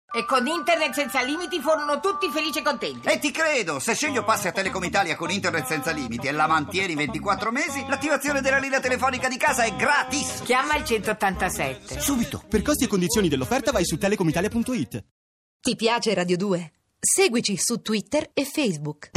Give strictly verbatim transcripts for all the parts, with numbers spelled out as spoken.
E con internet senza limiti furono tutti felici e contenti. E ti credo, se sceglio passi a Telecom Italia con internet senza limiti e la mantieni ventiquattro mesi, l'attivazione della linea telefonica di casa è gratis. Chiama il centottantasette. Subito. Per costi e condizioni dell'offerta vai su telecom italia punto it. Ti piace Radio due? Seguici su Twitter e Facebook.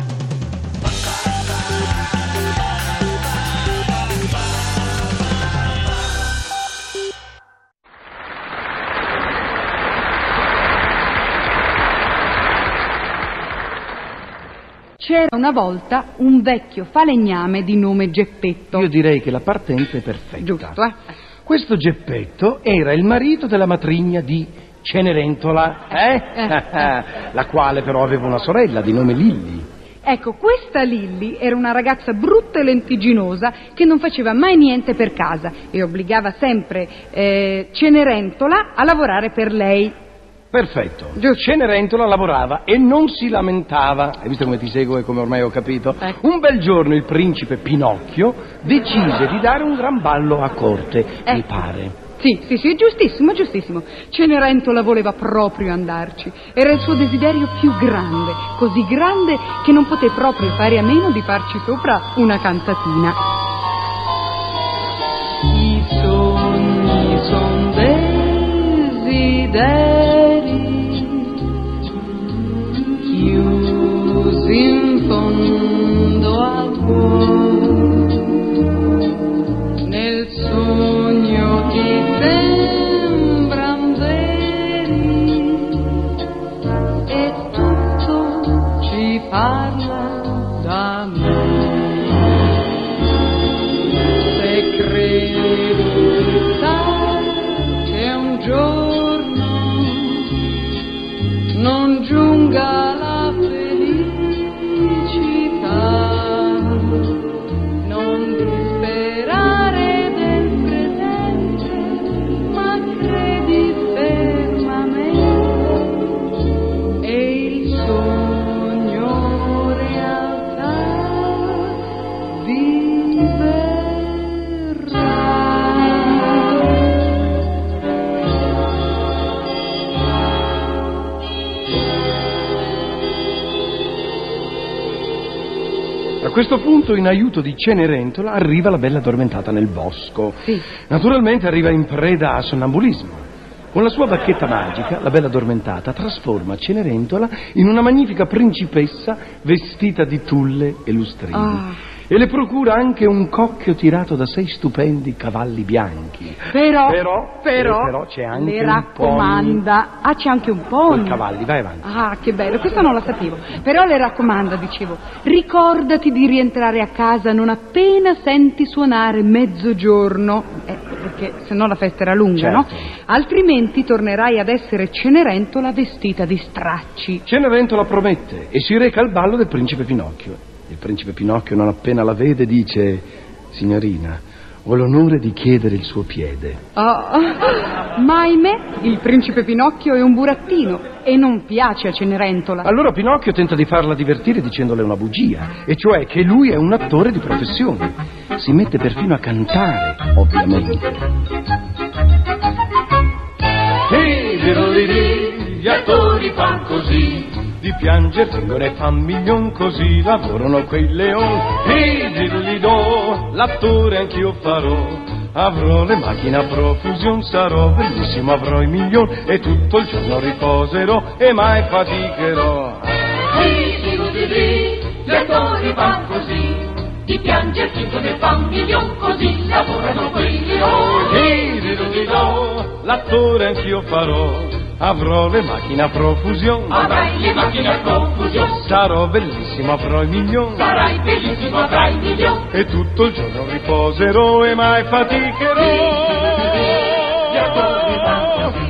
C'era una volta un vecchio falegname di nome Geppetto. Io direi che la partenza è perfetta. Giusto, eh? Questo Geppetto era il marito della matrigna di Cenerentola, eh? La quale però aveva una sorella di nome Lilli. Ecco, questa Lilli era una ragazza brutta e lentigginosa che non faceva mai niente per casa e obbligava sempre eh, Cenerentola a lavorare per lei. Perfetto. Cenerentola lavorava e non si lamentava. Hai visto come ti seguo e come ormai ho capito? Eh. Un bel giorno il principe Pinocchio decise di dare un gran ballo a corte, Eh. mi pare. Sì, sì, sì, giustissimo, giustissimo. Cenerentola voleva proprio andarci. Era il suo desiderio più grande, così grande che non poté proprio fare a meno di farci sopra una cantatina. I sogni son desideri chiusi in fondo al cuore, nel sogno ti sembran veri e tutto ci parla d'amore. Se credi che un giorno non giunga la felicità, non disperare del presente, ma credi fermamente e il sogno realtà diverrà. A questo punto, in aiuto di Cenerentola, arriva la bella addormentata nel bosco. Sì. Naturalmente arriva in preda a sonnambulismo. Con la sua bacchetta magica, la bella addormentata trasforma Cenerentola in una magnifica principessa vestita di tulle e lustrini. Ah. E le procura anche un cocchio tirato da sei stupendi cavalli bianchi. Però, Però, però, eh, però c'è anche le un raccomanda. Ah, c'è anche un Con pony. cavalli, vai avanti. Ah, che bello, questo non lo sapevo. Però le raccomanda, dicevo, ricordati di rientrare a casa non appena senti suonare mezzogiorno, eh, perché se no la festa era lunga, Certo. no? Altrimenti tornerai ad essere Cenerentola vestita di stracci. Cenerentola promette e si reca al ballo del principe Pinocchio. Il principe Pinocchio, non appena la vede, dice: signorina, ho l'onore di chiedere il suo piede. Oh, ma ahimè, il principe Pinocchio è un burattino e non piace a Cenerentola. Allora Pinocchio tenta di farla divertire dicendole una bugia, e cioè che lui è un attore di professione. Si mette perfino a cantare, ovviamente. Gli attori fan così, di pianger fingono e fan milion, così lavorano quei leoni. E do, l'attore anch'io farò, avrò le macchine a profusion, sarò bellissimo, avrò i milion e tutto il giorno riposerò e mai faticherò. Gli attori fan così, di pianger fingono e fan milion, così lavorano quei leoni. E do, l'attore anch'io farò, avrò le macchine a profusion, Avrai le macchine a profusion, sarò bellissimo, avrò i milion sarai bellissimo, avrai milioni. e tutto il giorno riposerò e mai faticherò. Gli attori fan così.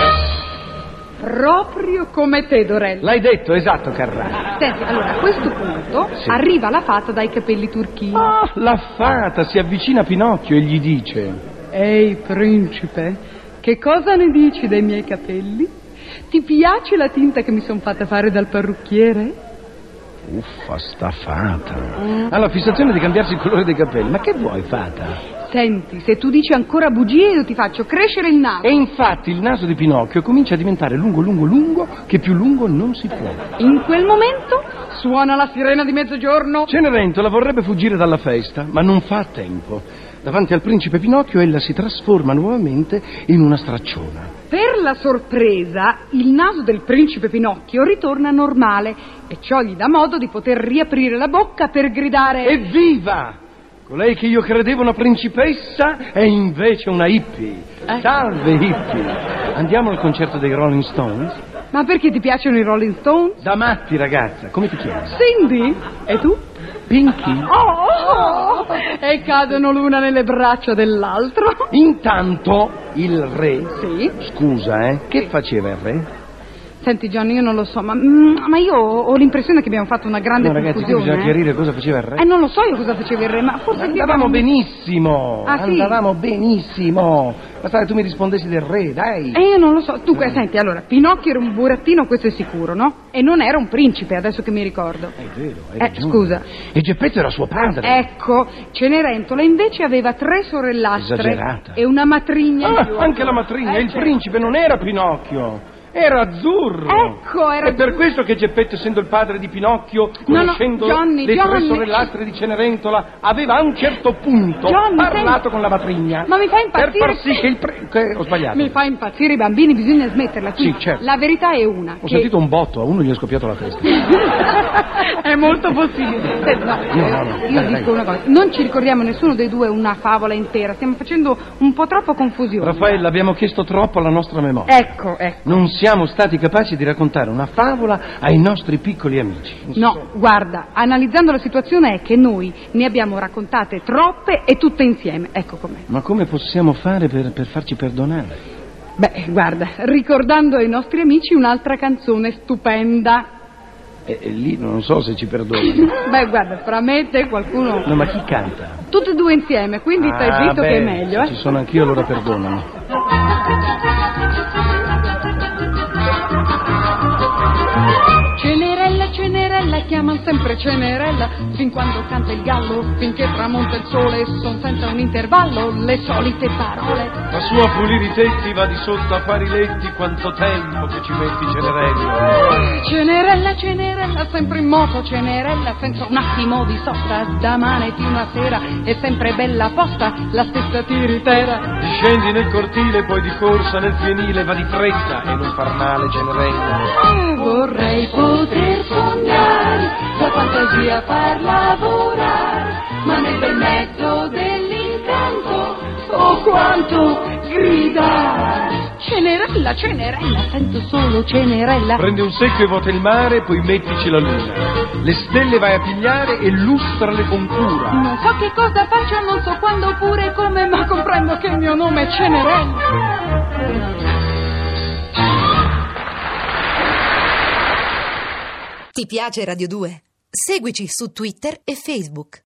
Proprio come te, Dorella. L'hai detto, esatto, Carrà. Senti, allora, a questo punto Sì. arriva la fata dai capelli turchini. Ah, la fata si avvicina a Pinocchio e gli dice: Ehi, principe, che cosa ne dici dei miei capelli? Ti piace la tinta che mi son fatta fare dal parrucchiere? uffa, sta fata. Ha la fissazione di cambiarsi il colore dei capelli. Ma che vuoi, fata? Senti, se tu dici ancora bugie io ti faccio crescere il naso. E infatti il naso di Pinocchio comincia a diventare lungo, lungo, lungo, che più lungo non si può. In quel momento suona la sirena di mezzogiorno. Cenerentola vorrebbe fuggire dalla festa, ma non fa a tempo. Davanti al principe Pinocchio ella si trasforma nuovamente in una stracciona. Per la sorpresa, il naso del principe Pinocchio ritorna normale e ciò gli dà modo di poter riaprire la bocca per gridare: Evviva! Colei che io credevo una principessa è invece una hippie. Eh? Salve hippie! Andiamo al concerto dei Rolling Stones? Ma perché ti piacciono i Rolling Stones? Da matti, ragazza. Come ti chiami? Cindy? E tu? Pinky? Oh, oh, e cadono l'una nelle braccia dell'altro. Intanto il re... Sì? Scusa, eh? Che faceva il re? Senti Johnny, io non lo so, ma, ma io ho l'impressione che abbiamo fatto una grande No, ragazzi, qui confusione. bisogna eh? chiarire cosa faceva il re. Eh, non lo so io cosa faceva il re, ma forse... Andavamo benissimo, Ah, sì? andavamo benissimo. Basta che tu mi rispondessi del re, dai. Eh, io non lo so. Dunque, senti, allora, Pinocchio era un burattino, questo è sicuro, no? E non era un principe, adesso che mi ricordo. È vero, hai Eh, ragione. scusa. E Geppetto era suo padre. Ecco, Cenerentola invece aveva tre sorellastre. Esagerata. E una matrigna in Ah, più. anche la matrigna, Eh, il certo. principe non era Pinocchio. Era azzurro. Ecco, era È per azzurro. questo che Geppetto, essendo il padre di Pinocchio, No, no, conoscendo Johnny, le tre Johnny. sorellastre di Cenerentola, aveva a un certo punto Johnny, parlato senti. con la matrigna. Ma mi fa impazzire. Per far sì che il pre... che ho sbagliato. Mi fa impazzire i bambini, bisogna smetterla. Quindi Sì, certo. La verità è una. Ho che... sentito un botto, a uno gli è scoppiato la testa. È molto possibile. Senti, no, No, no, no, io dai, dico dai. una cosa. Non ci ricordiamo nessuno dei due una favola intera. Stiamo facendo un po' troppo confusione. Raffaella, abbiamo chiesto troppo alla nostra memoria. Ecco, ecco. Non siamo stati capaci di raccontare una favola ai nostri piccoli amici. No, guarda, analizzando la situazione è che noi ne abbiamo raccontate troppe e tutte insieme. Ecco com'è. Ma come possiamo fare per, per farci perdonare? Beh, guarda, ricordando ai nostri amici un'altra canzone stupenda. E, e lì non so se ci perdonano. Beh, guarda, fra me e te qualcuno... No, ma chi canta? Tutte e due insieme, quindi stai Ah, zitto beh, che è meglio, se eh. ci sono anch'io, allora perdonano. Cenerella, Cenerella, chiamano sempre Cenerella, fin quando canta il gallo, finché tramonta il sole, son senza un intervallo le solite parole. La sua pulire i tetti va di sotto a fare i letti, quanto tempo che ci metti, Cenerello. Cenerella, Cenerella, sempre in moto, Cenerella, senza un attimo di sosta, da maneti una sera, è sempre bella posta, la stessa tiritera. Scendi nel cortile, poi di corsa nel fienile, va di fretta e non far male, Cenerello. Eh, vorrei poter sognare, la fantasia far lavorare, ma nel bel mezzo dell'incanto, oh quanto gridare. Cenerella, Cenerella, sento solo Cenerella. Prendi un secchio e vuota il mare, poi mettici la luna. Le stelle vai a pigliare e lustrale con cura. Non so che cosa faccio, non so quando oppure come, ma comprendo che il mio nome è Cenerella. Ti piace Radio due? Seguici su Twitter e Facebook.